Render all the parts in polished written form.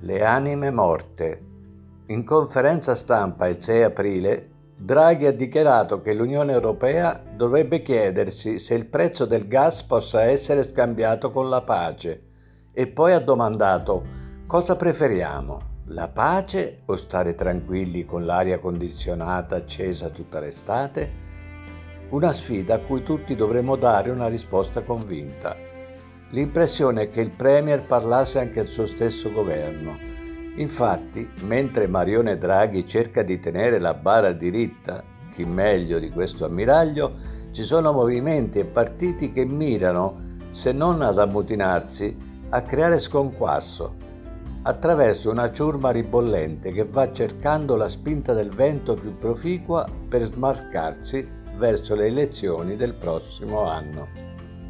Le anime morte. In conferenza stampa il 6 aprile, Draghi ha dichiarato che l'Unione Europea dovrebbe chiedersi se il prezzo del gas possa essere scambiato con la pace e poi ha domandato: cosa preferiamo, la pace o stare tranquilli con l'aria condizionata accesa tutta l'estate? Una sfida a cui tutti dovremmo dare una risposta convinta. L'impressione è che il Premier parlasse anche al suo stesso governo. Infatti, mentre Marione Draghi cerca di tenere la barra diritta, chi meglio di questo ammiraglio, ci sono movimenti e partiti che mirano, se non ad ammutinarsi, a creare sconquasso, attraverso una ciurma ribollente che va cercando la spinta del vento più proficua per smarcarsi verso le elezioni del prossimo anno.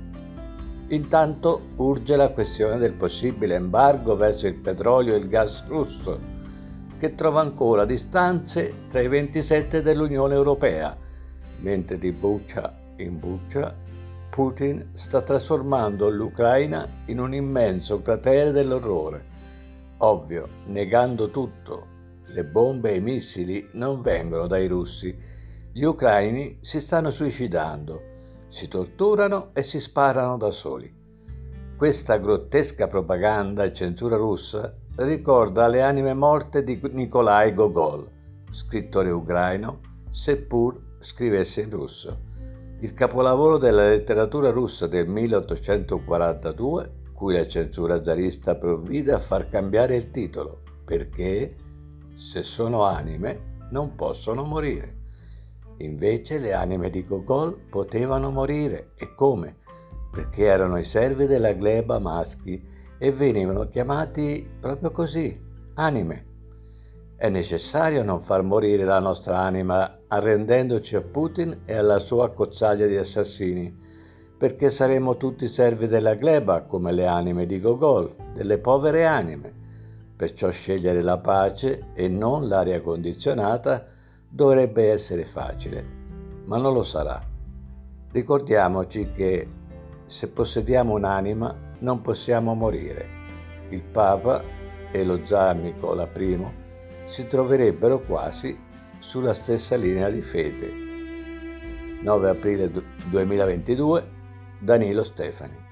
Intanto urge la questione del possibile embargo verso il petrolio e il gas russo, che trova ancora distanze tra i 27 dell'Unione Europea, mentre di buccia in buccia Putin sta trasformando l'Ucraina in un immenso cratere dell'orrore. Ovvio, negando tutto, le bombe e i missili non vengono dai russi. Gli ucraini si stanno suicidando, si torturano e si sparano da soli. Questa grottesca propaganda e censura russa ricorda le anime morte di Nikolai Gogol, scrittore ucraino, seppur scrivesse in russo. Il capolavoro della letteratura russa del 1842, cui la censura zarista provvide a far cambiare il titolo, perché se sono anime non possono morire. Invece le anime di Gogol potevano morire, e come? Perché erano i servi della gleba maschi e venivano chiamati proprio così, anime. È necessario non far morire la nostra anima arrendendoci a Putin e alla sua accozzaglia di assassini, perché saremo tutti servi della gleba come le anime di Gogol, delle povere anime. Perciò scegliere la pace e non l'aria condizionata dovrebbe essere facile, ma non lo sarà. Ricordiamoci che se possediamo un'anima non possiamo morire. Il Papa e lo zar Nicola I si troverebbero quasi sulla stessa linea di fede. 9 aprile 2022, Danilo Stefani.